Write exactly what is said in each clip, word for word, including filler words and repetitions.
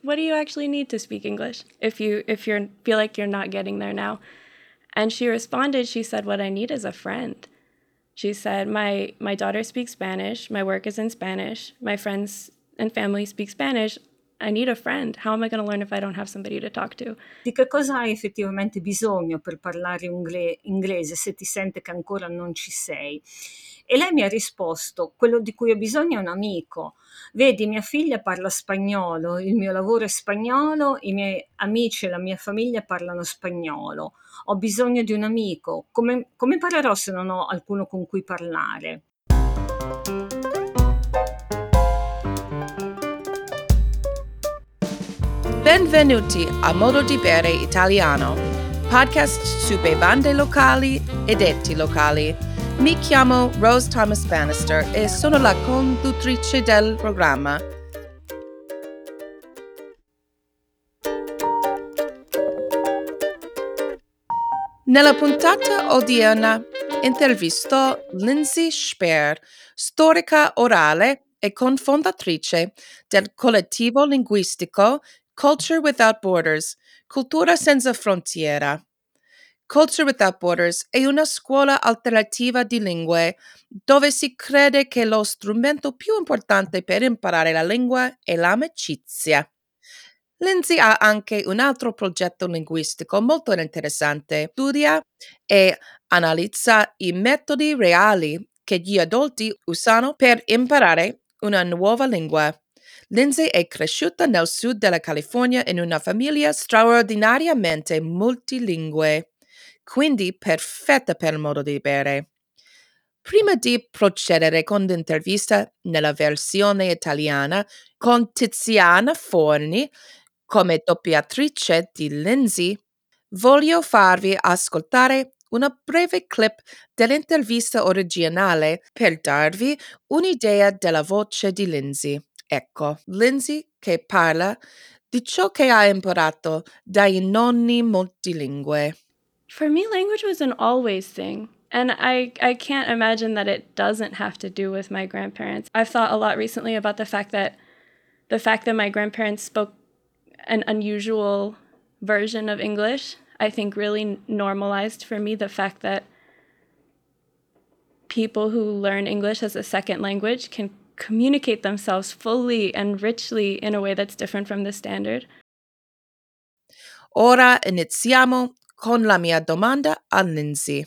what do you actually need to speak English if you if you feel like you're not getting there now? And she responded, she said, what I need is a friend. She said, my, my daughter speaks Spanish. My work is in Spanish. My friends and family speak Spanish. I need a friend. How am I going to learn if I don't have somebody to talk to? Di che cosa hai effettivamente bisogno per parlare ingle- inglese se ti sente che ancora non ci sei? E lei mi ha risposto, quello di cui ho bisogno è un amico. Vedi, mia figlia parla spagnolo, il mio lavoro è spagnolo, i miei amici e la mia famiglia parlano spagnolo. Ho bisogno di un amico. Come, come imparerò se non ho qualcuno con cui parlare? Benvenuti a Modo di Bere Italiano, podcast su bevande locali e detti locali. Mi chiamo Rose Thomas Bannister e sono la conduttrice del programma. Nella puntata odierna intervisto Lindsay Speer, storica orale e cofondatrice del collettivo linguistico Culture Without Borders, Cultura Senza Frontiera. Culture Without Borders è una scuola alternativa di lingue dove si crede che lo strumento più importante per imparare la lingua è l'amicizia. Lindsay ha anche un altro progetto linguistico molto interessante. Studia e analizza i metodi reali che gli adulti usano per imparare una nuova lingua. Lindsay è cresciuta nel sud della California in una famiglia straordinariamente multilingue, quindi perfetta per il modo di bere. Prima di procedere con l'intervista nella versione italiana con Tiziana Forni, come doppiatrice di Lindsay, voglio farvi ascoltare una breve clip dell'intervista originale per darvi un'idea della voce di Lindsay. Ecco, Lindsay che parla di ciò che ha imparato dai nonni multilingue. For me, language was an always thing. And I, I can't imagine that it doesn't have to do with my grandparents. I've thought a lot recently about the fact that the fact that my grandparents spoke an unusual version of English, I think really normalized for me the fact that people who learn English as a second language can communicate themselves fully and richly in a way that's different from the standard. Ora iniziamo con la mia domanda a Lindsay.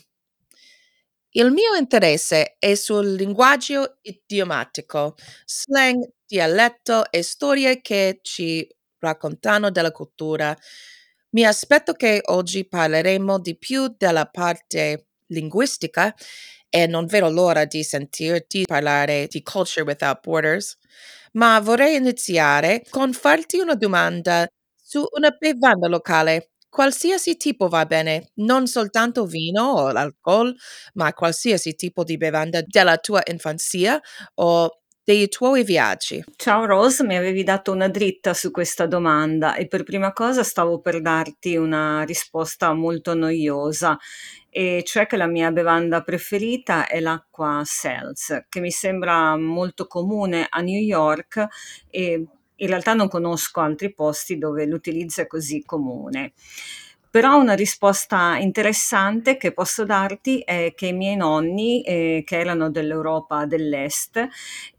Il mio interesse è sul linguaggio idiomatico, slang, dialetto e storie che ci raccontano della cultura. Mi aspetto che oggi parleremo di più della parte linguistica e non vedo l'ora di sentirti parlare di Culture Without Borders, ma vorrei iniziare con farti una domanda su una bevanda locale. Qualsiasi tipo va bene, non soltanto vino o alcol, ma qualsiasi tipo di bevanda della tua infanzia o dei tuoi viaggi. Ciao Rose, mi avevi dato una dritta su questa domanda e per prima cosa stavo per darti una risposta molto noiosa, e cioè che la mia bevanda preferita è l'acqua Seltz, che mi sembra molto comune a New York e in realtà non conosco altri posti dove l'utilizzo è così comune. Però una risposta interessante che posso darti è che i miei nonni, eh, che erano dell'Europa dell'Est,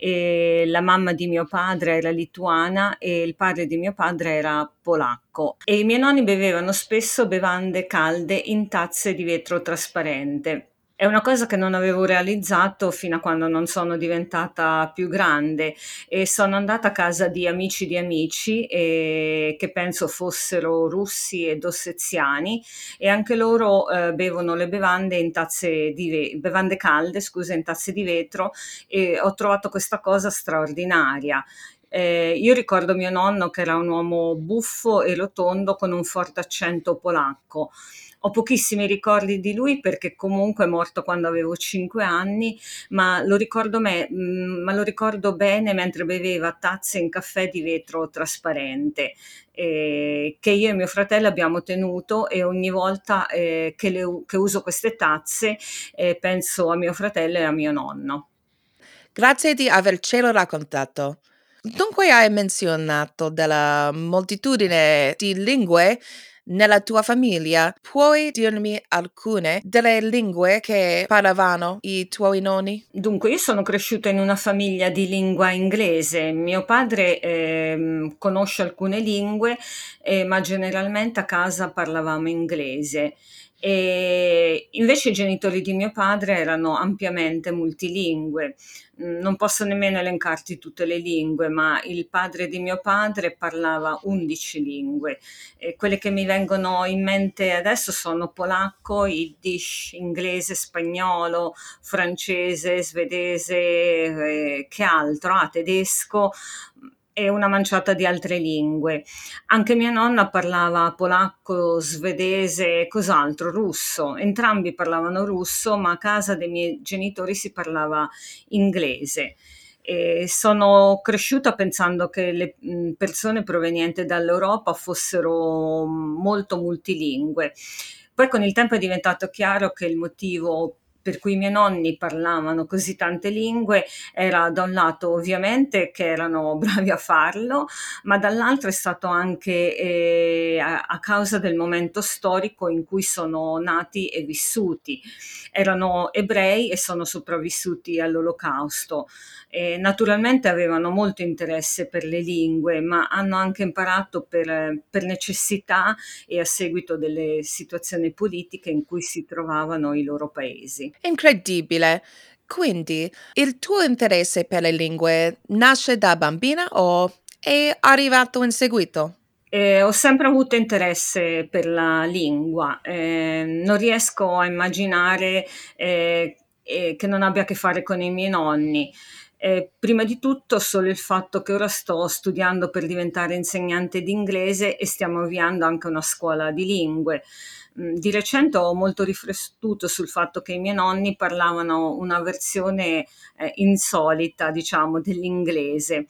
e la mamma di mio padre era lituana e il padre di mio padre era polacco, e i miei nonni bevevano spesso bevande calde in tazze di vetro trasparente. È una cosa che non avevo realizzato fino a quando non sono diventata più grande e sono andata a casa di amici di amici, eh, che penso fossero russi ed osseziani, e anche loro eh, bevono le bevande in tazze di ve- bevande calde, scusa, in tazze di vetro, e ho trovato questa cosa straordinaria. Eh, io ricordo mio nonno che era un uomo buffo e rotondo con un forte accento polacco. Ho pochissimi ricordi di lui perché comunque è morto quando avevo cinque anni, ma lo ricordo, me, mh, ma lo ricordo bene mentre beveva tazze in caffè di vetro trasparente, eh, che io e mio fratello abbiamo tenuto, e ogni volta eh, che, le u- che uso queste tazze eh, penso a mio fratello e a mio nonno. Grazie di avercelo raccontato. Dunque hai menzionato della moltitudine di lingue nella tua famiglia. Puoi dirmi alcune delle lingue che parlavano i tuoi nonni? Dunque, io sono cresciuta in una famiglia di lingua inglese. Mio padre ehm, conosce alcune lingue, eh, ma generalmente a casa parlavamo inglese. E invece i genitori di mio padre erano ampiamente multilingue. Mm, Non posso nemmeno elencarti tutte le lingue, ma il padre di mio padre parlava undici lingue. E quelle che mi vengono in mente adesso sono polacco, yiddish, inglese, spagnolo, francese, svedese, eh, che altro? Ah, tedesco e una manciata di altre lingue. Anche mia nonna parlava polacco, svedese, cos'altro? Russo. Entrambi parlavano russo, ma a casa dei miei genitori si parlava inglese. E sono cresciuta pensando che le mh, persone provenienti dall'Europa fossero molto multilingue. Poi con il tempo è diventato chiaro che il motivo per cui i miei nonni parlavano così tante lingue era da un lato ovviamente che erano bravi a farlo, ma dall'altro è stato anche eh, a, a causa del momento storico in cui sono nati e vissuti. Erano ebrei e sono sopravvissuti all'Olocausto. E naturalmente avevano molto interesse per le lingue, ma hanno anche imparato per, per necessità e a seguito delle situazioni politiche in cui si trovavano i loro paesi. Incredibile. Quindi il tuo interesse per le lingue nasce da bambina o è arrivato in seguito? Eh, ho sempre avuto interesse per la lingua, eh, non riesco a immaginare eh, eh, che non abbia a che fare con i miei nonni. Eh, prima di tutto solo il fatto che ora sto studiando per diventare insegnante di inglese e stiamo avviando anche una scuola di lingue. Mm, Di recente ho molto riflettuto sul fatto che i miei nonni parlavano una versione eh, insolita, diciamo, dell'inglese.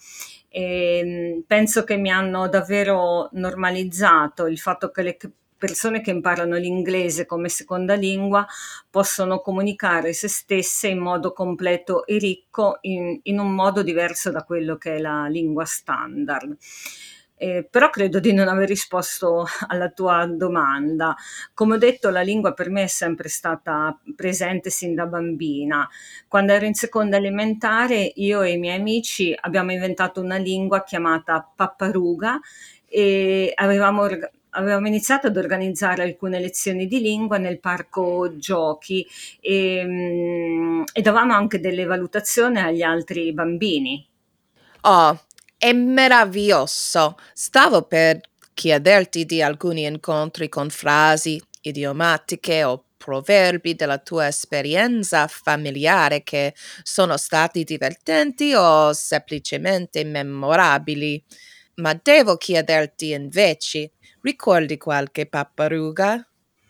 E, penso che mi hanno davvero normalizzato il fatto che le c- persone che imparano l'inglese come seconda lingua possono comunicare se stesse in modo completo e ricco in, in un modo diverso da quello che è la lingua standard. Eh, però credo di non aver risposto alla tua domanda. Come ho detto, la lingua per me è sempre stata presente sin da bambina. Quando ero in seconda elementare, io e i miei amici abbiamo inventato una lingua chiamata Papparuga e avevamo, orga- avevamo iniziato ad organizzare alcune lezioni di lingua nel parco giochi e, mm, e davamo anche delle valutazioni agli altri bambini. Oh, è meraviglioso. Stavo per chiederti di alcuni incontri con frasi idiomatiche o proverbi della tua esperienza familiare che sono stati divertenti o semplicemente memorabili. Ma devo chiederti invece, ricordi qualche papparuga?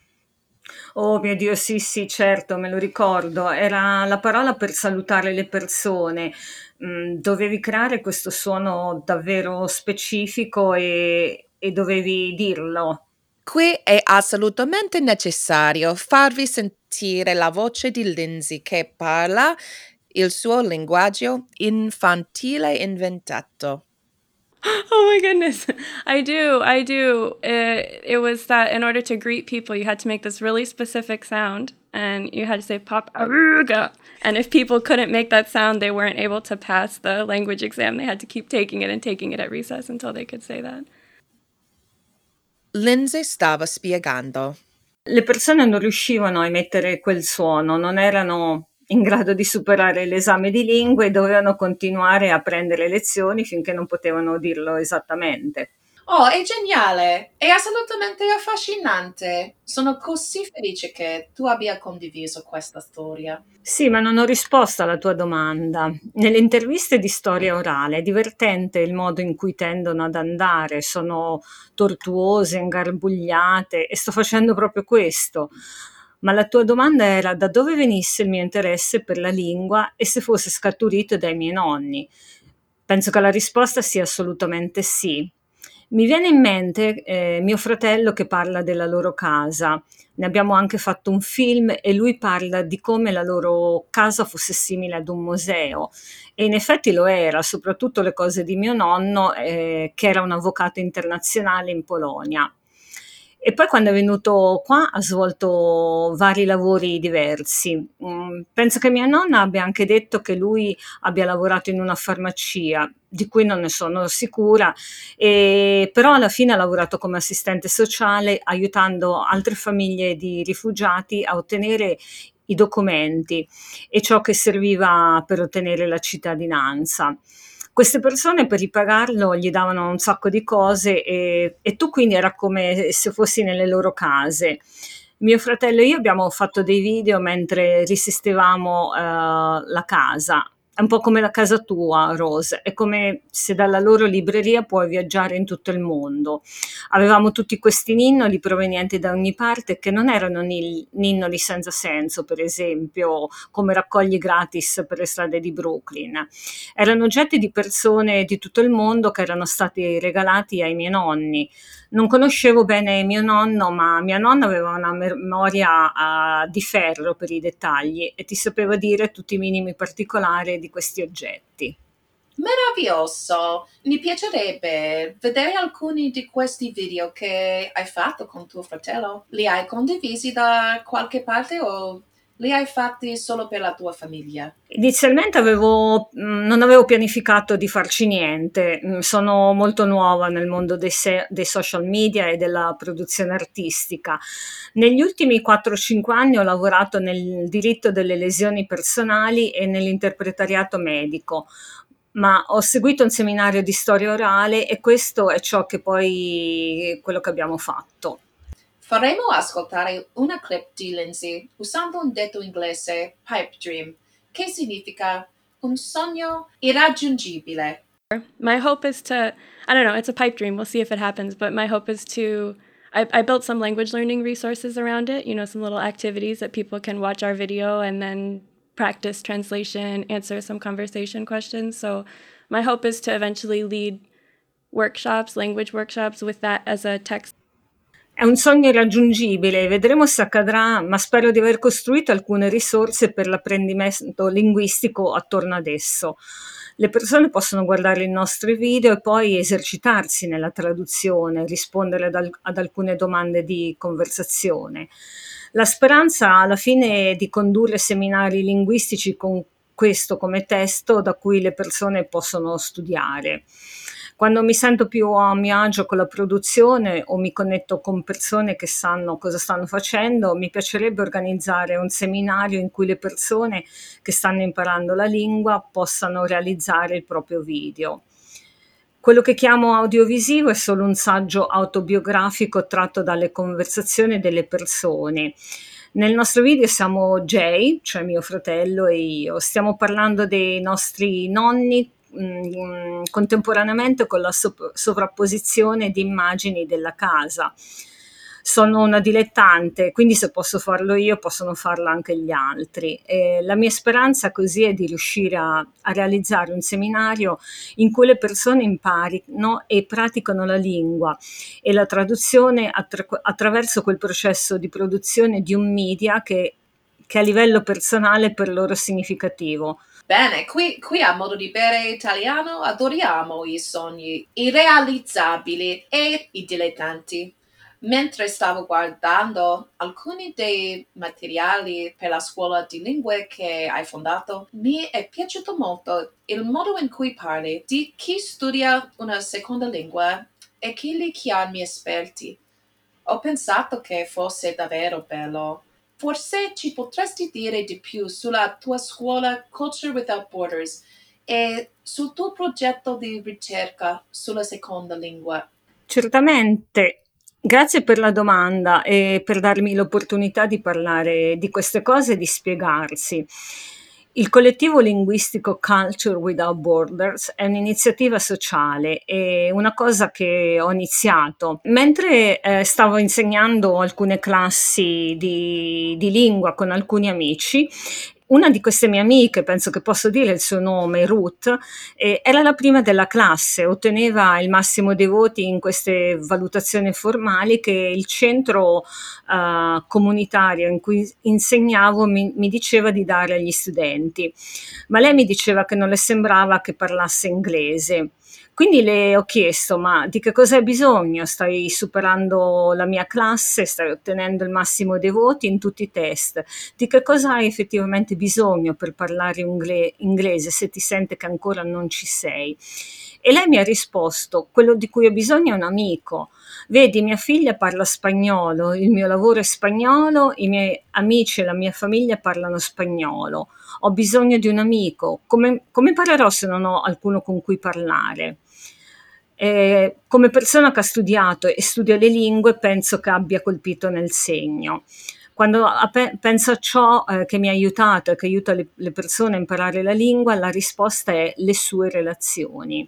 Oh mio Dio, sì, sì, certo, me lo ricordo. Era la parola per salutare le persone. Mm, dovevi creare questo suono davvero specifico e, e dovevi dirlo. Qui è assolutamente necessario farvi sentire la voce di Lindsay che parla il suo linguaggio infantile inventato. Oh my goodness. I do. I do. It, it was that in order to greet people, you had to make this really specific sound and you had to say pop aruga. And if people couldn't make that sound, they weren't able to pass the language exam. They had to keep taking it and taking it at recess until they could say that. Lindsay stava spiegando. Le persone non riuscivano a emettere quel suono, non erano in grado di superare l'esame di lingue e dovevano continuare a prendere lezioni finché non potevano dirlo esattamente. Oh, è geniale! È assolutamente affascinante! Sono così felice che tu abbia condiviso questa storia. Sì, ma non ho risposto alla tua domanda. Nelle interviste di storia orale è divertente il modo in cui tendono ad andare, sono tortuose, ingarbugliate e sto facendo proprio questo. Ma la tua domanda era da dove venisse il mio interesse per la lingua e se fosse scaturito dai miei nonni. Penso che la risposta sia assolutamente sì. Mi viene in mente, ehm, mio fratello che parla della loro casa. Ne abbiamo anche fatto un film e lui parla di come la loro casa fosse simile ad un museo e in effetti lo era, soprattutto le cose di mio nonno, ehm, che era un avvocato internazionale in Polonia. E poi quando è venuto qua ha svolto vari lavori diversi. Mhmm, penso che mia nonna abbia anche detto che lui abbia lavorato in una farmacia, di cui non ne sono sicura, e però alla fine ha lavorato come assistente sociale aiutando altre famiglie di rifugiati a ottenere i documenti e ciò che serviva per ottenere la cittadinanza. Queste persone per ripagarlo gli davano un sacco di cose e, e tu quindi era come se fossi nelle loro case. Mio fratello e io abbiamo fatto dei video mentre risistemavamo eh, la casa. È un po' come la casa tua, Rose, è come se dalla loro libreria puoi viaggiare in tutto il mondo. Avevamo tutti questi ninnoli provenienti da ogni parte che non erano ni- ninnoli senza senso, per esempio, come raccogli gratis per le strade di Brooklyn. Erano oggetti di persone di tutto il mondo che erano stati regalati ai miei nonni. Non conoscevo bene mio nonno, ma mia nonna aveva una memoria ah, di ferro per i dettagli e ti sapeva dire tutti i minimi particolari di questi oggetti. Meraviglioso! Mi piacerebbe vedere alcuni di questi video che hai fatto con tuo fratello. Li hai condivisi da qualche parte o li hai fatti solo per la tua famiglia? Inizialmente avevo, mh, non avevo pianificato di farci niente, mh, sono molto nuova nel mondo dei, se- dei social media e della produzione artistica. Negli ultimi quattro cinque anni ho lavorato nel diritto delle lesioni personali e nell'interpretariato medico, ma ho seguito un seminario di storia orale e questo è ciò che poi, quello che abbiamo fatto. Faremo ascoltare una clip di Lindsay usando un detto inglese pipe dream, che significa un sogno irraggiungibile. My hope is to, I don't know, it's a pipe dream. We'll see if it happens. But my hope is to, I, I built some language learning resources around it, you know, some little activities that people can watch our video and then practice translation, answer some conversation questions. So my hope is to eventually lead workshops, language workshops with that as a text. È un sogno irraggiungibile, vedremo se accadrà, ma spero di aver costruito alcune risorse per l'apprendimento linguistico attorno ad esso. Le persone possono guardare i nostri video e poi esercitarsi nella traduzione, rispondere ad, al- ad alcune domande di conversazione. La speranza alla fine è di condurre seminari linguistici con questo come testo da cui le persone possono studiare. Quando mi sento più a mio agio con la produzione o mi connetto con persone che sanno cosa stanno facendo, mi piacerebbe organizzare un seminario in cui le persone che stanno imparando la lingua possano realizzare il proprio video. Quello che chiamo audiovisivo è solo un saggio autobiografico tratto dalle conversazioni delle persone. Nel nostro video siamo Jay, cioè mio fratello e io. Stiamo parlando dei nostri nonni mh, contemporaneamente con la sop- sovrapposizione di immagini della casa. Sono una dilettante, quindi se posso farlo io, possono farlo anche gli altri. E la mia speranza così è di riuscire a, a realizzare un seminario in cui le persone imparino e praticano la lingua e la traduzione attra- attraverso quel processo di produzione di un media che, che a livello personale è per loro significativo. Bene, qui, qui a Modo di Bere Italiano adoriamo i sogni irrealizzabili e i dilettanti. Mentre stavo guardando alcuni dei materiali per la scuola di lingue che hai fondato, mi è piaciuto molto il modo in cui parli di chi studia una seconda lingua e chi li chiami esperti. Ho pensato che fosse davvero bello. Forse ci potresti dire di più sulla tua scuola Culture Without Borders e sul tuo progetto di ricerca sulla seconda lingua. Certamente, grazie per la domanda e per darmi l'opportunità di parlare di queste cose e di spiegarsi. Il collettivo linguistico Culture Without Borders è un'iniziativa sociale e una cosa che ho iniziato mentre eh, stavo insegnando alcune classi di, di lingua con alcuni amici. una di queste mie amiche, penso che posso dire il suo nome, Ruth, eh, era la prima della classe, otteneva il massimo dei voti in queste valutazioni formali che il centro eh, comunitario in cui insegnavo mi, mi diceva di dare agli studenti. Ma lei mi diceva che non le sembrava che parlasse inglese. Quindi le ho chiesto: ma di che cosa hai bisogno? Stai superando la mia classe, stai ottenendo il massimo dei voti in tutti i test. Di che cosa hai effettivamente bisogno per parlare ingle- inglese se ti sente che ancora non ci sei? E lei mi ha risposto: quello di cui ho bisogno è un amico. Vedi, mia figlia parla spagnolo, il mio lavoro è spagnolo, i miei amici e la mia famiglia parlano spagnolo. Ho bisogno di un amico. Come, come imparerò se non ho qualcuno con cui parlare? Eh, come persona che ha studiato e studia le lingue, penso che abbia colpito nel segno. Quando a pe- penso a ciò eh, che mi ha aiutato e che aiuta le, le persone a imparare la lingua, la risposta è le sue relazioni.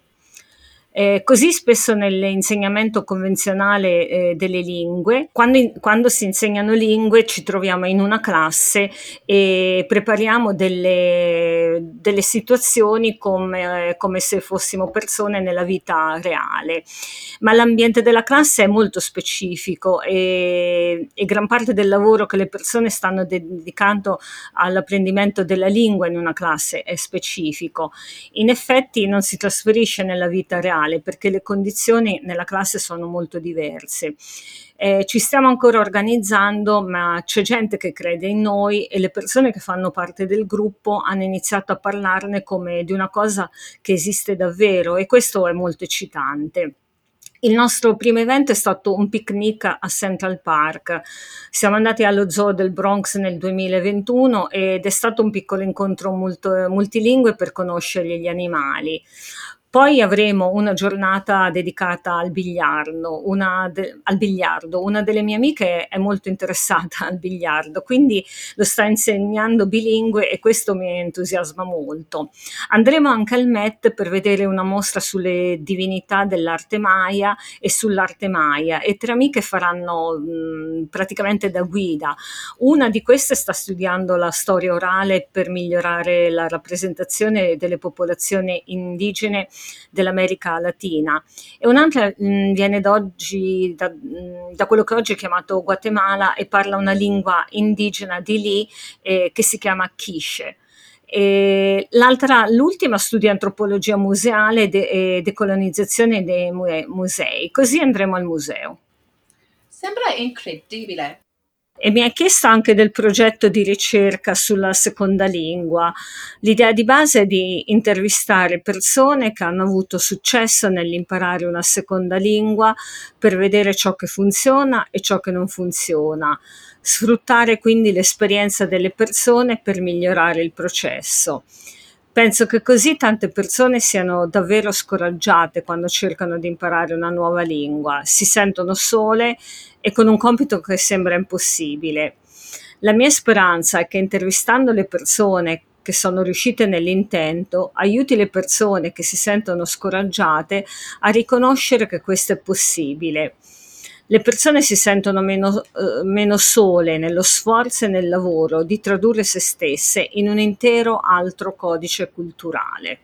Eh, così spesso nell'insegnamento convenzionale eh, delle lingue, quando, in- quando si insegnano lingue, ci troviamo in una classe e prepariamo delle, delle situazioni come, eh, come se fossimo persone nella vita reale. Ma l'ambiente della classe è molto specifico e, e gran parte del lavoro che le persone stanno dedicando all'apprendimento della lingua in una classe è specifico. In effetti non si trasferisce nella vita reale perché le condizioni nella classe sono molto diverse. Eh, ci stiamo ancora organizzando, ma c'è gente che crede in noi e le persone che fanno parte del gruppo hanno iniziato a parlarne come di una cosa che esiste davvero, e questo è molto eccitante. Il nostro primo evento è stato un picnic a Central Park. Siamo andati allo zoo del Bronx nel duemilaventuno ed è stato un piccolo incontro molto, multilingue per conoscere gli animali. Poi avremo una giornata dedicata al biliardo. Una de- al biliardo. Una delle mie amiche è molto interessata al biliardo, quindi lo sta insegnando bilingue e questo mi entusiasma molto. Andremo anche al Met per vedere una mostra sulle divinità dell'arte Maya e sull'arte Maya, e tre amiche faranno mh, praticamente da guida. Una di queste sta studiando la storia orale per migliorare la rappresentazione delle popolazioni indigene dell'America Latina, e un'altra mh, viene da, oggi, da, mh, da quello che oggi è chiamato Guatemala e parla una lingua indigena di lì eh, che si chiama Quiche. E l'altra, l'ultima studia antropologia museale de- e decolonizzazione dei mue- musei. Così andremo al museo. Sembra incredibile. E mi ha chiesto anche del progetto di ricerca sulla seconda lingua. L'idea di base è di intervistare persone che hanno avuto successo nell'imparare una seconda lingua per vedere ciò che funziona e ciò che non funziona. Sfruttare quindi l'esperienza delle persone per migliorare il processo. Penso che così tante persone siano davvero scoraggiate quando cercano di imparare una nuova lingua, si sentono sole e con un compito che sembra impossibile. La mia speranza è che intervistando le persone che sono riuscite nell'intento, aiuti le persone che si sentono scoraggiate a riconoscere che questo è possibile. Le persone si sentono meno, eh, meno sole nello sforzo e nel lavoro di tradurre se stesse in un intero altro codice culturale.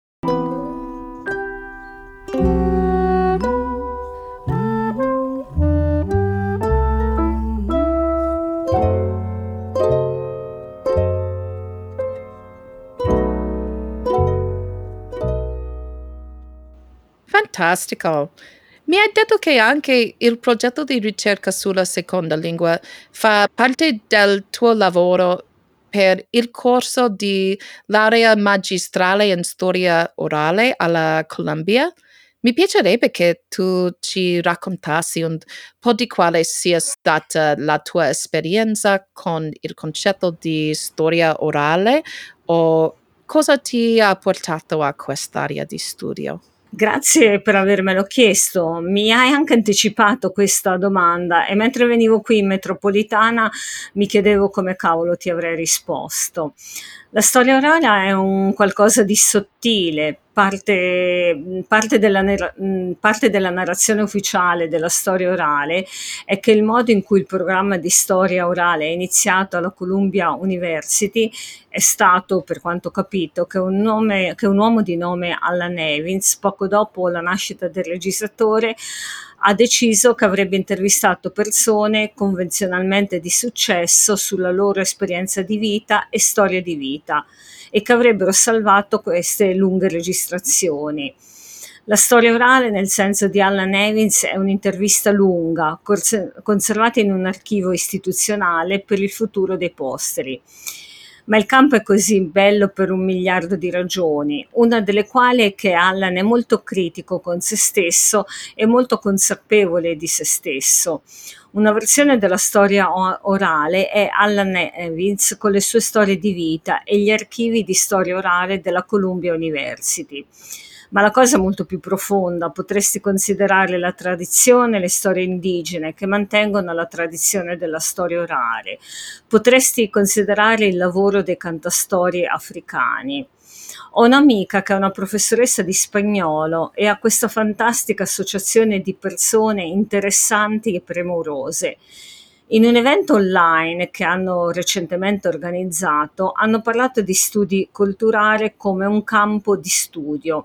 Fantastico. Mi hai detto che anche il progetto di ricerca sulla seconda lingua fa parte del tuo lavoro per il corso di laurea magistrale in storia orale alla Columbia. Mi piacerebbe che tu ci raccontassi un po' di quale sia stata la tua esperienza con il concetto di storia orale o cosa ti ha portato a quest'area di studio. Grazie per avermelo chiesto. Mi hai anche anticipato questa domanda e mentre venivo qui in metropolitana mi chiedevo come cavolo ti avrei risposto. La storia orale è un qualcosa di sottile, parte, parte, della, parte della narrazione ufficiale della storia orale è che il modo in cui il programma di storia orale è iniziato alla Columbia University è stato, per quanto ho capito, che un, nome, che un uomo di nome Allan Nevins, poco dopo la nascita del registratore, ha deciso che avrebbe intervistato persone convenzionalmente di successo sulla loro esperienza di vita e storia di vita e che avrebbero salvato queste lunghe registrazioni. La storia orale, nel senso di Allan Nevins, è un'intervista lunga, conservata in un archivio istituzionale per il futuro dei posteri. Ma il campo è così bello per un miliardo di ragioni, una delle quali è che Allan è molto critico con se stesso e molto consapevole di se stesso. Una versione della storia orale è Allan Nevins con le sue storie di vita e gli archivi di storia orale della Columbia University. Ma la cosa è molto più profonda, potresti considerare la tradizione e le storie indigene che mantengono la tradizione della storia orale, potresti considerare il lavoro dei cantastorie africani. Ho un'amica che è una professoressa di spagnolo e ha questa fantastica associazione di persone interessanti e premurose. In un evento online che hanno recentemente organizzato, hanno parlato di studi culturali come un campo di studio.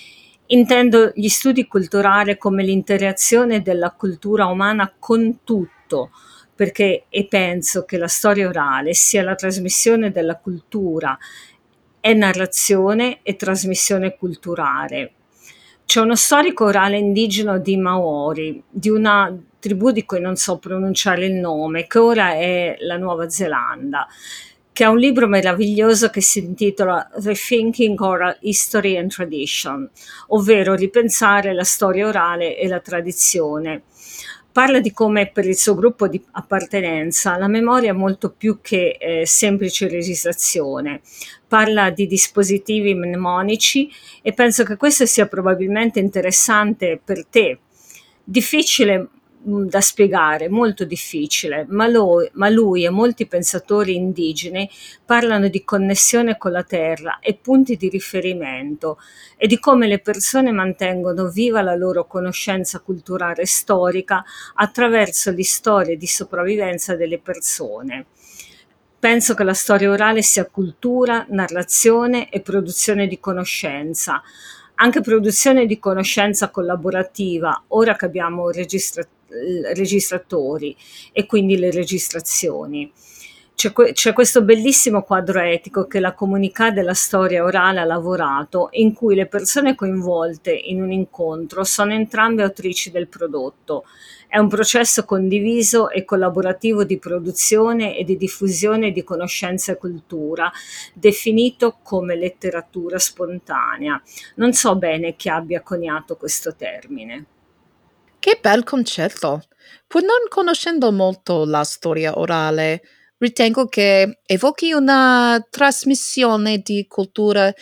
Intendo gli studi culturali come l'interazione della cultura umana con tutto, perché e penso che la storia orale sia la trasmissione della cultura, è narrazione e trasmissione culturale. C'è uno storico orale indigeno di Maori, di una tribù di cui non so pronunciare il nome, che ora è la Nuova Zelanda, che ha un libro meraviglioso che si intitola Rethinking Oral History and Tradition, ovvero ripensare la storia orale e la tradizione. Parla di come per il suo gruppo di appartenenza la memoria è molto più che eh, semplice registrazione. Parla di dispositivi mnemonici e penso che questo sia probabilmente interessante per te. Difficile mh, da spiegare, molto difficile, ma lui, ma lui e molti pensatori indigeni parlano di connessione con la terra e punti di riferimento e di come le persone mantengono viva la loro conoscenza culturale e storica attraverso le storie di sopravvivenza delle persone. Penso che la storia orale sia cultura, narrazione e produzione di conoscenza, anche produzione di conoscenza collaborativa, ora che abbiamo registra- registratori e quindi le registrazioni. C'è, que- c'è questo bellissimo quadro etico che la comunità della storia orale ha lavorato, in cui le persone coinvolte in un incontro sono entrambe autrici del prodotto. È un processo condiviso e collaborativo di produzione e di diffusione di conoscenza e cultura, definito come letteratura spontanea. Non so bene chi abbia coniato questo termine. Che bel concetto! Pur non conoscendo molto la storia orale, ritengo che evochi una trasmissione di cultura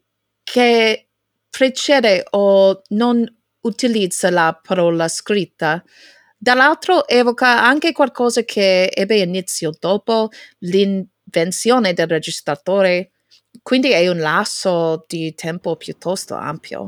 che precede o non utilizza la parola scritta. Dall'altro evoca anche qualcosa che ebbe inizio dopo l'invenzione del registratore, quindi è un lasso di tempo piuttosto ampio.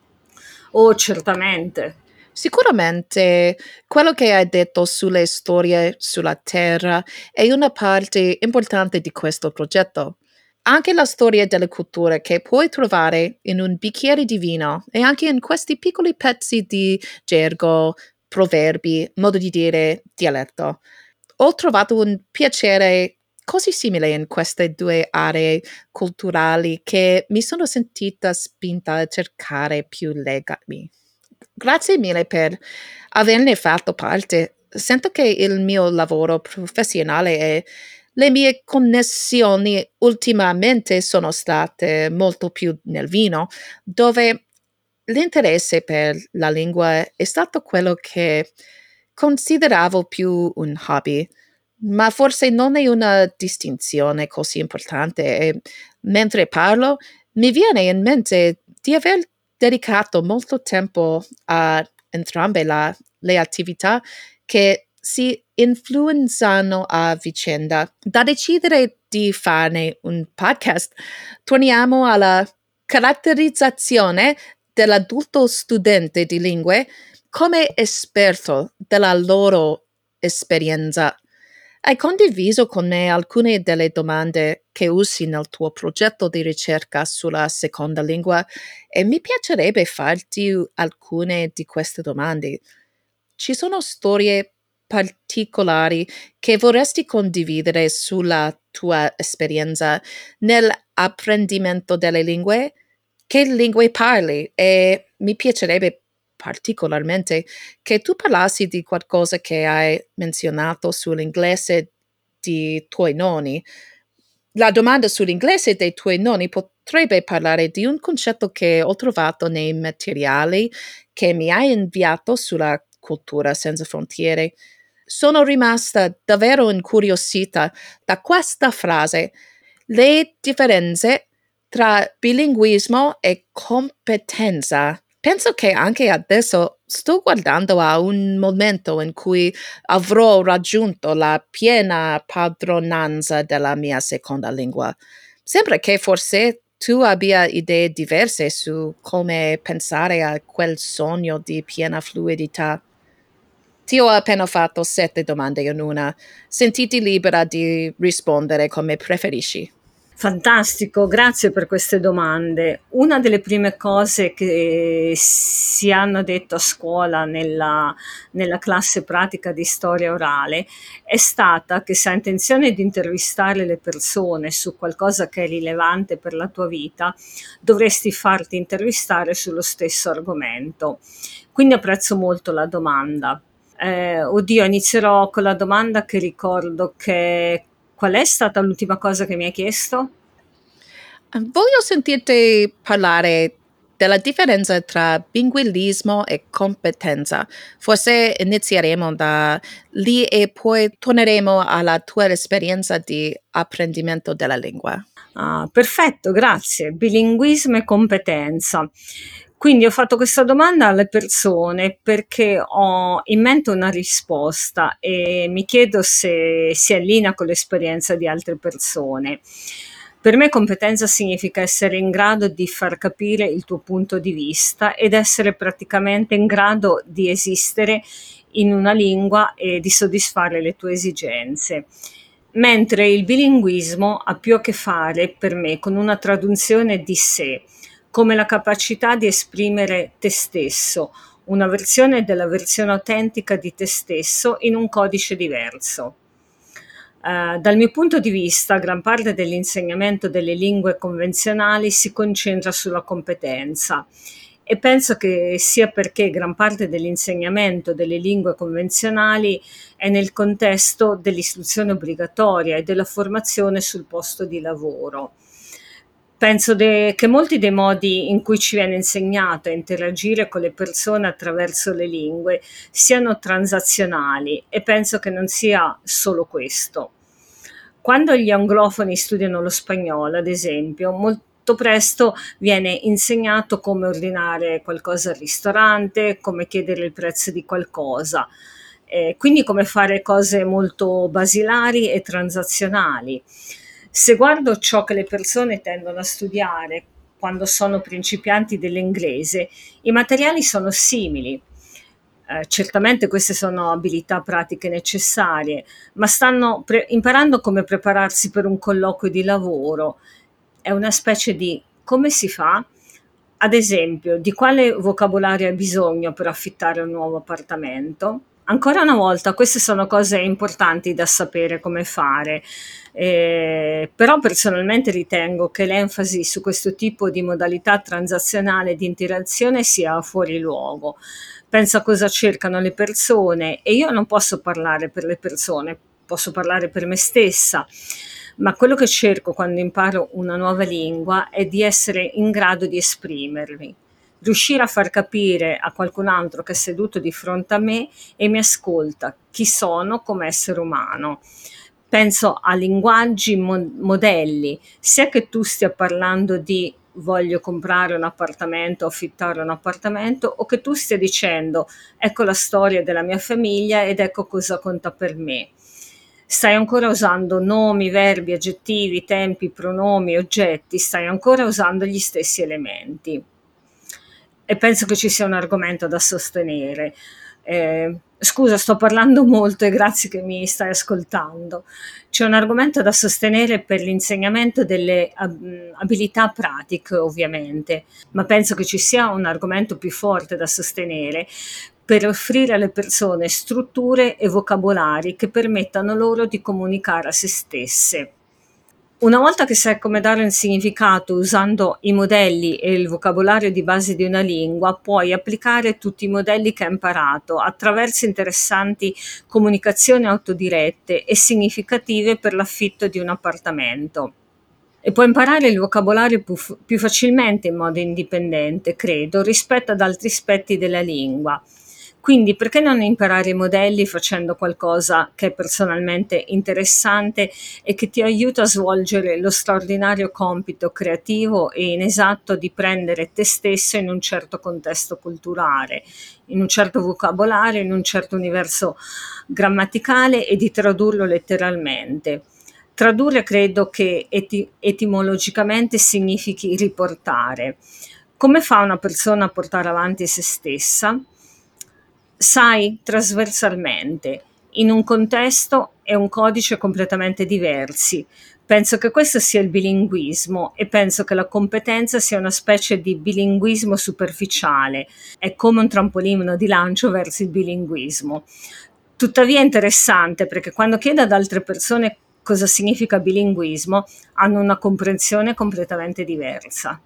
Oh, certamente. Sicuramente quello che hai detto sulle storie sulla Terra è una parte importante di questo progetto. Anche la storia delle culture che puoi trovare in un bicchiere di vino e anche in questi piccoli pezzi di gergo, proverbi, modo di dire, dialetto. Ho trovato un piacere così simile in queste due aree culturali che mi sono sentita spinta a cercare più legami. Grazie mille per averne fatto parte. Sento che il mio lavoro professionale e le mie connessioni ultimamente sono state molto più nel vino, dove l'interesse per la lingua è stato quello che consideravo più un hobby, ma forse non è una distinzione così importante e mentre parlo mi viene in mente di aver dedicato molto tempo a entrambe la- le attività che si influenzano a vicenda. Da decidere di farne un podcast, torniamo alla caratterizzazione dell'adulto studente di lingue come esperto della loro esperienza. Hai condiviso con me alcune delle domande che usi nel tuo progetto di ricerca sulla seconda lingua e mi piacerebbe farti alcune di queste domande. Ci sono storie particolari che vorresti condividere sulla tua esperienza nell'apprendimento delle lingue? Che lingue parli? E mi piacerebbe particolarmente che tu parlassi di qualcosa che hai menzionato sull'inglese di tuoi nonni. La domanda sull'inglese dei tuoi nonni potrebbe parlare di un concetto che ho trovato nei materiali che mi hai inviato sulla cultura senza frontiere. Sono rimasta davvero incuriosita da questa frase. Le differenze tra bilinguismo e competenza. Penso che anche adesso sto guardando a un momento in cui avrò raggiunto la piena padronanza della mia seconda lingua. Sembra che forse tu abbia idee diverse su come pensare a quel sogno di piena fluidità. Ti ho appena fatto sette domande in una. Sentiti libera di rispondere come preferisci. Fantastico, grazie per queste domande. Una delle prime cose che si hanno detto a scuola nella, nella classe pratica di storia orale è stata che se hai intenzione di intervistare le persone su qualcosa che è rilevante per la tua vita, dovresti farti intervistare sullo stesso argomento. Quindi apprezzo molto la domanda. Eh, oddio, inizierò con la domanda che ricordo che qual è stata l'ultima cosa che mi hai chiesto? Voglio sentirti parlare della differenza tra bilinguismo e competenza. Forse inizieremo da lì e poi torneremo alla tua esperienza di apprendimento della lingua. Ah, perfetto, grazie. Bilinguismo e competenza. Quindi ho fatto questa domanda alle persone perché ho in mente una risposta e mi chiedo se si allinea con l'esperienza di altre persone. Per me competenza significa essere in grado di far capire il tuo punto di vista ed essere praticamente in grado di esistere in una lingua e di soddisfare le tue esigenze. Mentre il bilinguismo ha più a che fare per me con una traduzione di sé, come la capacità di esprimere te stesso, una versione della versione autentica di te stesso in un codice diverso. Uh, dal mio punto di vista, gran parte dell'insegnamento delle lingue convenzionali si concentra sulla competenza e penso che sia perché gran parte dell'insegnamento delle lingue convenzionali è nel contesto dell'istruzione obbligatoria e della formazione sul posto di lavoro. Penso de- che molti dei modi in cui ci viene insegnato a interagire con le persone attraverso le lingue siano transazionali e penso che non sia solo questo. Quando gli anglofoni studiano lo spagnolo, ad esempio, molto presto viene insegnato come ordinare qualcosa al ristorante, come chiedere il prezzo di qualcosa, eh, quindi come fare cose molto basilari e transazionali. Se guardo ciò che le persone tendono a studiare quando sono principianti dell'inglese, i materiali sono simili. Eh, certamente queste sono abilità pratiche necessarie, ma stanno pre- imparando come prepararsi per un colloquio di lavoro. È una specie di come si fa? Ad esempio, di quale vocabolario hai bisogno per affittare un nuovo appartamento? Ancora una volta, queste sono cose importanti da sapere come fare, eh, però personalmente ritengo che l'enfasi su questo tipo di modalità transazionale di interazione sia fuori luogo. Penso a cosa cercano le persone e io non posso parlare per le persone, posso parlare per me stessa, ma quello che cerco quando imparo una nuova lingua è di essere in grado di esprimermi, riuscire a far capire a qualcun altro che è seduto di fronte a me e mi ascolta chi sono come essere umano. Penso a linguaggi mo- modelli, sia che tu stia parlando di voglio comprare un appartamento, affittare un appartamento, o che tu stia dicendo ecco la storia della mia famiglia ed ecco cosa conta per me. stai ancora usando nomi, verbi, aggettivi, tempi, pronomi, oggetti, stai ancora usando gli stessi elementi. E penso che ci sia un argomento da sostenere. Eh, scusa, sto parlando molto e grazie che mi stai ascoltando. C'è un argomento da sostenere per l'insegnamento delle ab- abilità pratiche, ovviamente, ma penso che ci sia un argomento più forte da sostenere per offrire alle persone strutture e vocabolari che permettano loro di comunicare a se stesse. Una volta che sai come dare un significato usando i modelli e il vocabolario di base di una lingua, puoi applicare tutti i modelli che hai imparato attraverso interessanti comunicazioni autodirette e significative per l'affitto di un appartamento. E puoi imparare il vocabolario più, più facilmente in modo indipendente, credo, rispetto ad altri aspetti della lingua. Quindi perché non imparare i modelli facendo qualcosa che è personalmente interessante e che ti aiuta a svolgere lo straordinario compito creativo e inesatto di prendere te stesso in un certo contesto culturale, in un certo vocabolario, in un certo universo grammaticale e di tradurlo letteralmente. Tradurre credo che eti- etimologicamente significhi riportare. Come fa una persona a portare avanti se stessa? Sai, trasversalmente, in un contesto e un codice completamente diversi. Penso che questo sia il bilinguismo e penso che la competenza sia una specie di bilinguismo superficiale, è come un trampolino di lancio verso il bilinguismo. Tuttavia è interessante perché quando chiedo ad altre persone cosa significa bilinguismo, hanno una comprensione completamente diversa.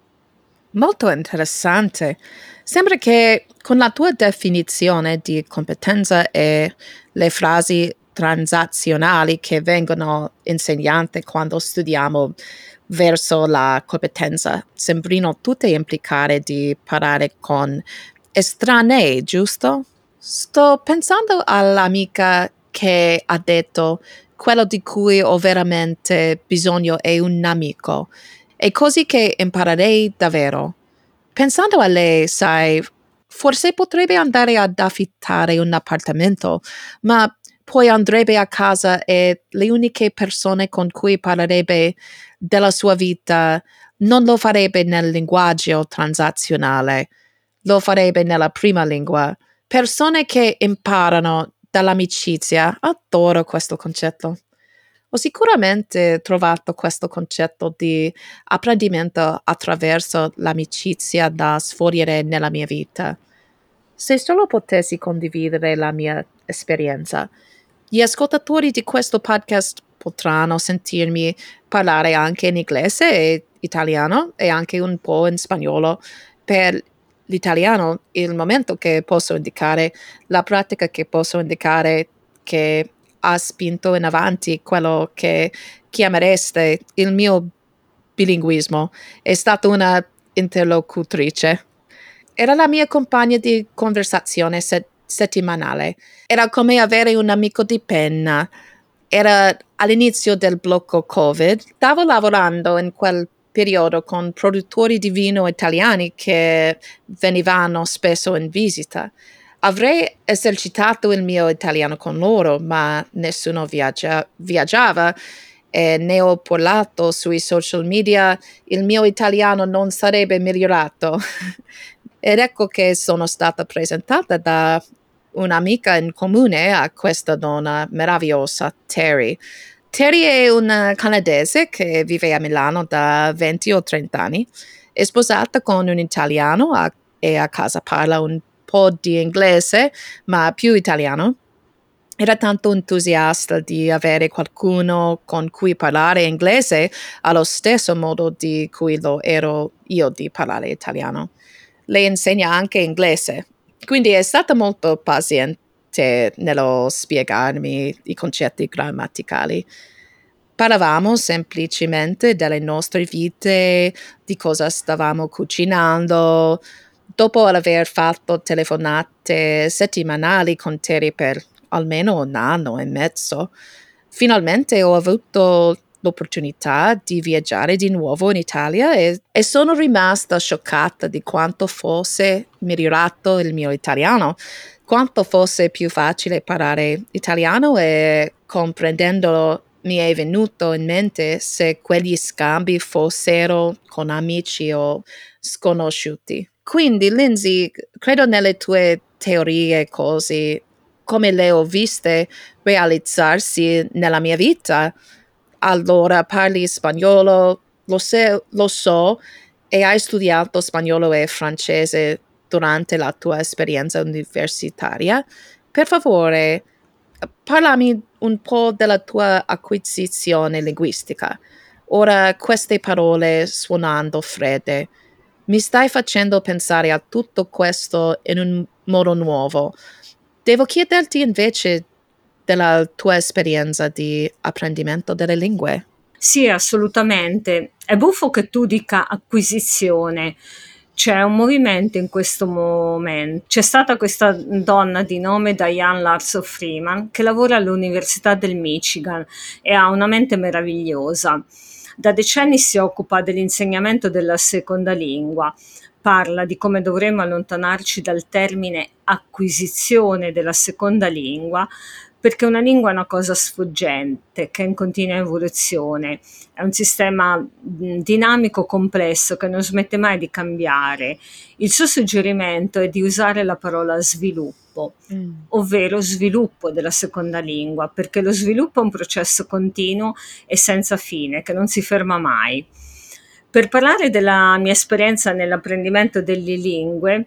Molto interessante. Sembra che con la tua definizione di competenza e le frasi transazionali che vengono insegnate quando studiamo verso la competenza sembrino tutte implicare di parlare con estranei, giusto? Sto pensando all'amica che ha detto quello di cui ho veramente bisogno è un amico. È così che imparerei davvero. Pensando a lei, sai, forse potrebbe andare ad affittare un appartamento, ma poi andrebbe a casa e le uniche persone con cui parlerebbe della sua vita non lo farebbe nel linguaggio transazionale, lo farebbe nella prima lingua. Persone che imparano dall'amicizia. Adoro questo concetto. Ho sicuramente trovato questo concetto di apprendimento attraverso l'amicizia da sfogliare nella mia vita. Se solo potessi condividere la mia esperienza, gli ascoltatori di questo podcast potranno sentirmi parlare anche in inglese e italiano e anche un po' in spagnolo. Per l'italiano, il momento che posso indicare, la pratica che posso indicare che ha spinto in avanti quello che chiamereste il mio bilinguismo è stata una interlocutrice. Era la mia compagna di conversazione set- settimanale. Era come avere un amico di penna. Era all'inizio del blocco Covid. Stavo lavorando in quel periodo con produttori di vino italiani che venivano spesso in visita. Avrei esercitato il mio italiano con loro, ma nessuno viaggia- viaggiava e ne ho parlato sui social media. Il mio italiano non sarebbe migliorato. Ed ecco che sono stata presentata da un'amica in comune a questa donna meravigliosa, Terry. Terry è una canadese che vive a Milano da venti o trenta anni. È sposata con un italiano a- e a casa parla un po' di inglese, ma più italiano. Era tanto entusiasta di avere qualcuno con cui parlare inglese allo stesso modo di cui lo ero io di parlare italiano. Lei insegna anche inglese, quindi è stata molto paziente nello spiegarmi i concetti grammaticali. Parlavamo semplicemente delle nostre vite, di cosa stavamo cucinando. Dopo aver fatto telefonate settimanali con Terry per almeno un anno e mezzo, finalmente ho avuto l'opportunità di viaggiare di nuovo in Italia e, e sono rimasta scioccata di quanto fosse migliorato il mio italiano, quanto fosse più facile parlare italiano e comprendendolo mi è venuto in mente se quegli scambi fossero con amici o sconosciuti. Quindi, Lindsay, credo nelle tue teorie così, come le ho viste realizzarsi nella mia vita. Allora, parli spagnolo, lo, se- lo so, e hai studiato spagnolo e francese durante la tua esperienza universitaria. Per favore, parlami un po' della tua acquisizione linguistica. Ora, queste parole suonando fredde, mi stai facendo pensare a tutto questo in un modo nuovo. Devo chiederti invece della tua esperienza di apprendimento delle lingue. Sì, assolutamente. È buffo che tu dica acquisizione. C'è un movimento in questo momento. C'è stata questa donna di nome Diane Larson Freeman che lavora all'Università del Michigan e ha una mente meravigliosa. Da decenni si occupa dell'insegnamento della seconda lingua. Parla di come dovremmo allontanarci dal termine acquisizione della seconda lingua, perché una lingua è una cosa sfuggente, che è in continua evoluzione, è un sistema mh, dinamico complesso che non smette mai di cambiare. Il suo suggerimento è di usare la parola sviluppo, Mm. ovvero sviluppo della seconda lingua, perché lo sviluppo è un processo continuo e senza fine, che non si ferma mai. Per parlare della mia esperienza nell'apprendimento delle lingue,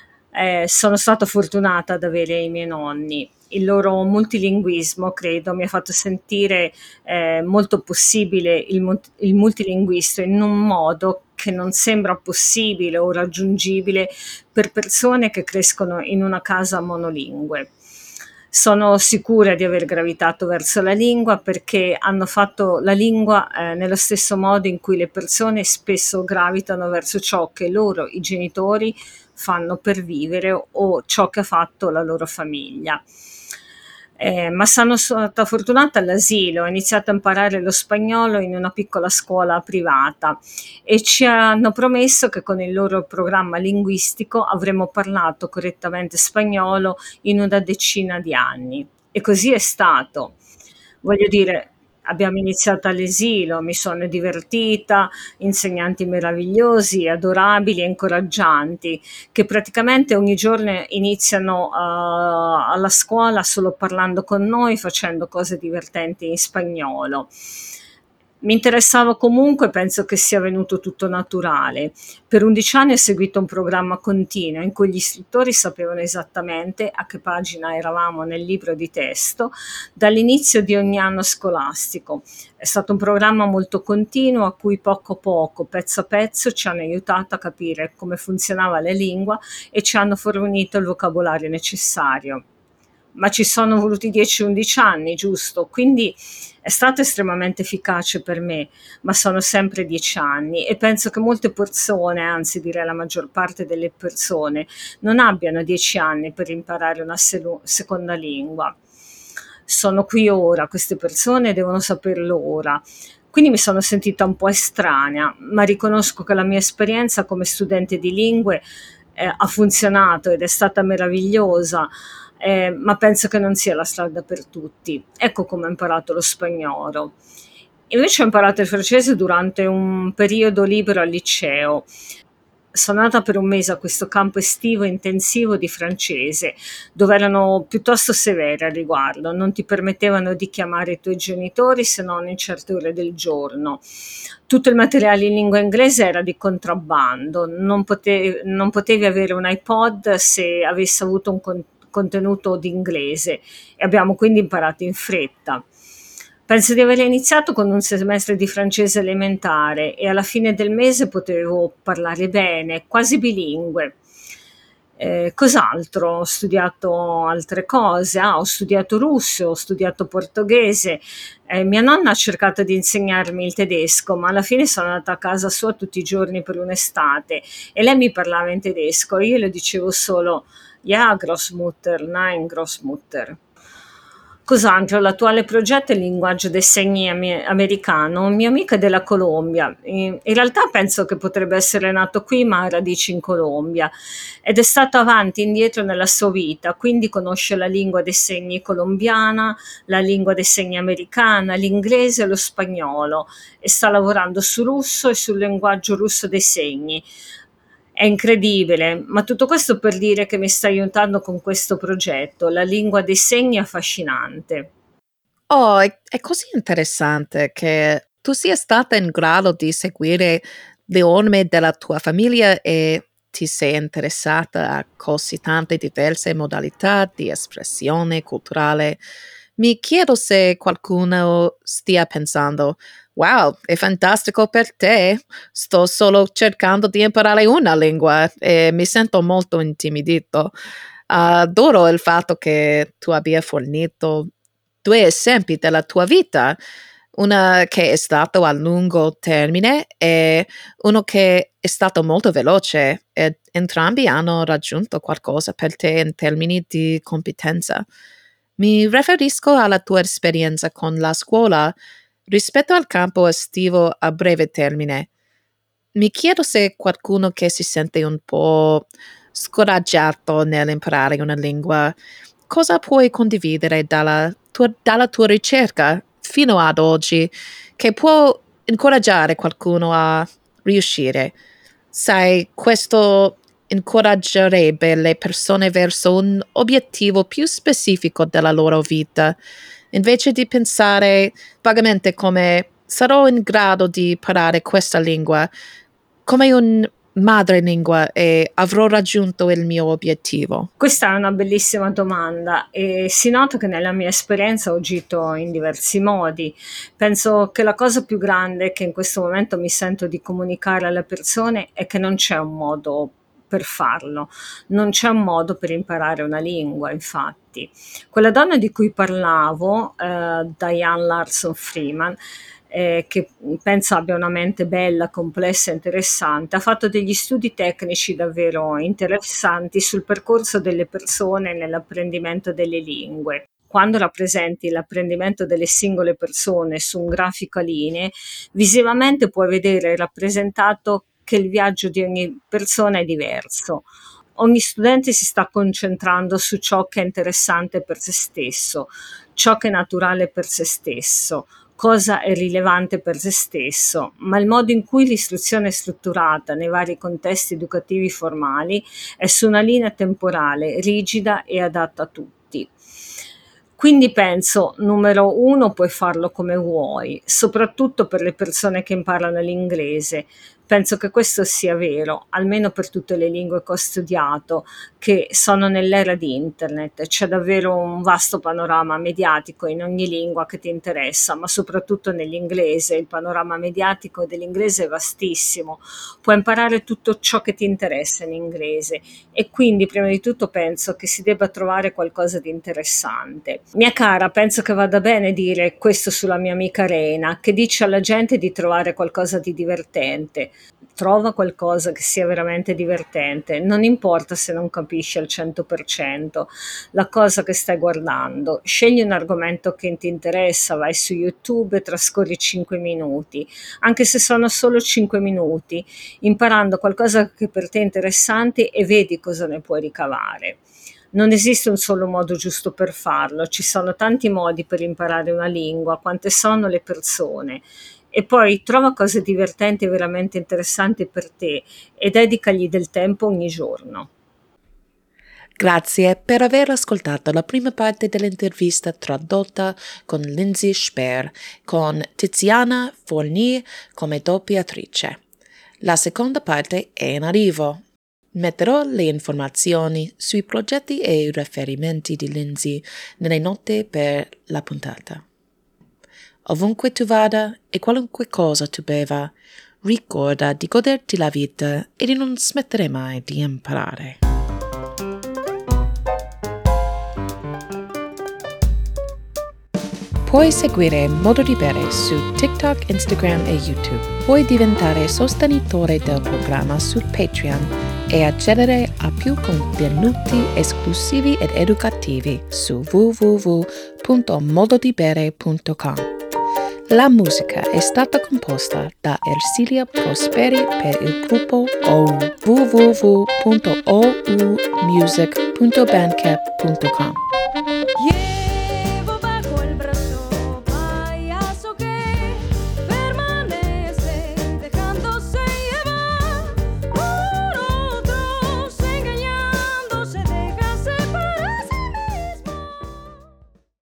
eh, sono stata fortunata ad avere i miei nonni. Il loro multilinguismo, credo, mi ha fatto sentire eh, molto possibile il, mul- il multilinguismo in un modo che non sembra possibile o raggiungibile per persone che crescono in una casa monolingue. Sono sicura di aver gravitato verso la lingua perché hanno fatto la lingua eh, nello stesso modo in cui le persone spesso gravitano verso ciò che loro, i genitori, fanno per vivere o ciò che ha fatto la loro famiglia. Eh, ma sono stata fortunata all'asilo, ho iniziato a imparare lo spagnolo in una piccola scuola privata e ci hanno promesso che con il loro programma linguistico avremmo parlato correttamente spagnolo in una decina di anni. E così è stato. Voglio dire, abbiamo iniziato all'esilo, mi sono divertita, insegnanti meravigliosi, adorabili e incoraggianti, che praticamente ogni giorno iniziano uh, alla scuola solo parlando con noi, facendo cose divertenti in spagnolo. Mi interessava comunque, penso che sia venuto tutto naturale. Per undici anni ho seguito un programma continuo in cui gli istruttori sapevano esattamente a che pagina eravamo nel libro di testo dall'inizio di ogni anno scolastico. È stato un programma molto continuo a cui poco a poco, pezzo a pezzo, ci hanno aiutato a capire come funzionava la lingua e ci hanno fornito il vocabolario necessario. Ma ci sono voluti dieci undici anni, giusto? Quindi è stato estremamente efficace per me, ma sono sempre dieci anni e penso che molte persone, anzi direi la maggior parte delle persone, non abbiano dieci anni per imparare una selu- seconda lingua. Sono qui ora, queste persone devono saperlo ora. Quindi mi sono sentita un po' estranea, ma riconosco che la mia esperienza come studente di lingue eh, ha funzionato ed è stata meravigliosa, eh, ma penso che non sia la strada per tutti. Ecco come ho imparato lo spagnolo. Invece ho imparato il francese durante un periodo libero al liceo. Sono andata per un mese a questo campo estivo intensivo di francese, dove erano piuttosto severe al riguardo, non ti permettevano di chiamare i tuoi genitori se non in certe ore del giorno. Tutto il materiale in lingua inglese era di contrabbando, non potevi, non potevi avere un iPod se avessi avuto un con- contenuto di inglese e abbiamo quindi imparato in fretta. Penso di aver iniziato con un semestre di francese elementare e alla fine del mese potevo parlare bene, quasi bilingue. Eh, cos'altro? Ho studiato altre cose, ah, ho studiato russo, ho studiato portoghese. Eh, mia nonna ha cercato di insegnarmi il tedesco, ma alla fine sono andata a casa sua tutti i giorni per un'estate e lei mi parlava in tedesco e io le dicevo solo Ja, Großmutter, nein, Großmutter. Cos'altro? L'attuale progetto è il linguaggio dei segni ame- americano. Un mio amico è della Colombia. In in realtà penso che potrebbe essere nato qui, ma ha radici in Colombia. Ed è stato avanti e indietro nella sua vita, quindi conosce la lingua dei segni colombiana, la lingua dei segni americana, l'inglese e lo spagnolo e sta lavorando su russo e sul linguaggio russo dei segni. È incredibile, ma tutto questo per dire che mi sta aiutando con questo progetto. La lingua dei segni è affascinante. Oh, è, è così interessante che tu sia stata in grado di seguire le orme della tua famiglia e ti sei interessata a così tante diverse modalità di espressione culturale. Mi chiedo se qualcuno stia pensando, wow, è fantastico per te, sto solo cercando di imparare una lingua e mi sento molto intimidito. Adoro il fatto che tu abbia fornito due esempi della tua vita, una che è stato a lungo termine e uno che è stato molto veloce, e entrambi hanno raggiunto qualcosa per te in termini di competenza. Mi riferisco alla tua esperienza con la scuola rispetto al campo estivo a breve termine. Mi chiedo se qualcuno che si sente un po' scoraggiato nell'imparare una lingua, cosa puoi condividere dalla tua, dalla tua ricerca fino ad oggi che può incoraggiare qualcuno a riuscire? Sai, questo incoraggerebbe le persone verso un obiettivo più specifico della loro vita, invece di pensare vagamente come sarò in grado di parlare questa lingua come un madrelingua e avrò raggiunto il mio obiettivo. Questa è una bellissima domanda e si nota che nella mia esperienza ho agito in diversi modi. Penso che la cosa più grande che in questo momento mi sento di comunicare alle persone è che non c'è un modo per farlo, non c'è un modo per imparare una lingua, infatti. Quella donna di cui parlavo, eh, Diane Larson Freeman, eh, che penso abbia una mente bella, complessa e interessante, ha fatto degli studi tecnici davvero interessanti sul percorso delle persone nell'apprendimento delle lingue. Quando rappresenti l'apprendimento delle singole persone su un grafico a linee, visivamente puoi vedere rappresentato che il viaggio di ogni persona è diverso. Ogni studente si sta concentrando su ciò che è interessante per se stesso, ciò che è naturale per se stesso, cosa è rilevante per se stesso, ma il modo in cui l'istruzione è strutturata nei vari contesti educativi formali è su una linea temporale rigida e adatta a tutti. Quindi penso, numero uno, puoi farlo come vuoi, soprattutto per le persone che imparano l'inglese. Penso che questo sia vero, almeno per tutte le lingue che ho studiato, che sono nell'era di internet. C'è davvero un vasto panorama mediatico in ogni lingua che ti interessa, ma soprattutto nell'inglese. Il panorama mediatico dell'inglese è vastissimo. Puoi imparare tutto ciò che ti interessa in inglese e quindi prima di tutto penso che si debba trovare qualcosa di interessante. Mia cara, penso che vada bene dire questo sulla mia amica Reina, che dice alla gente di trovare qualcosa di divertente. Trova qualcosa che sia veramente divertente, non importa se non capisci al cento per cento la cosa che stai guardando. Scegli un argomento che ti interessa, vai su YouTube e trascorri cinque minuti, anche se sono solo cinque minuti, imparando qualcosa che per te è interessante e vedi cosa ne puoi ricavare. Non esiste un solo modo giusto per farlo, ci sono tanti modi per imparare una lingua, quante sono le persone. E poi trova cose divertenti e veramente interessanti per te e dedicagli del tempo ogni giorno. Grazie per aver ascoltato la prima parte dell'intervista tradotta con Lindsay Sper con Tiziana Forni come doppiatrice. La seconda parte è in arrivo. Metterò le informazioni sui progetti e i riferimenti di Lindsay nelle note per la puntata. Ovunque tu vada e qualunque cosa tu beva, ricorda di goderti la vita e di non smettere mai di imparare. Puoi seguire Modo di Bere su TikTok, Instagram e YouTube. Puoi diventare sostenitore del programma su Patreon e accedere a più contenuti esclusivi ed educativi su w w w punto mododibere punto com. La musica è stata composta da Ersilia Prosperi per il gruppo O U w w w punto o u music punto bandcamp punto com.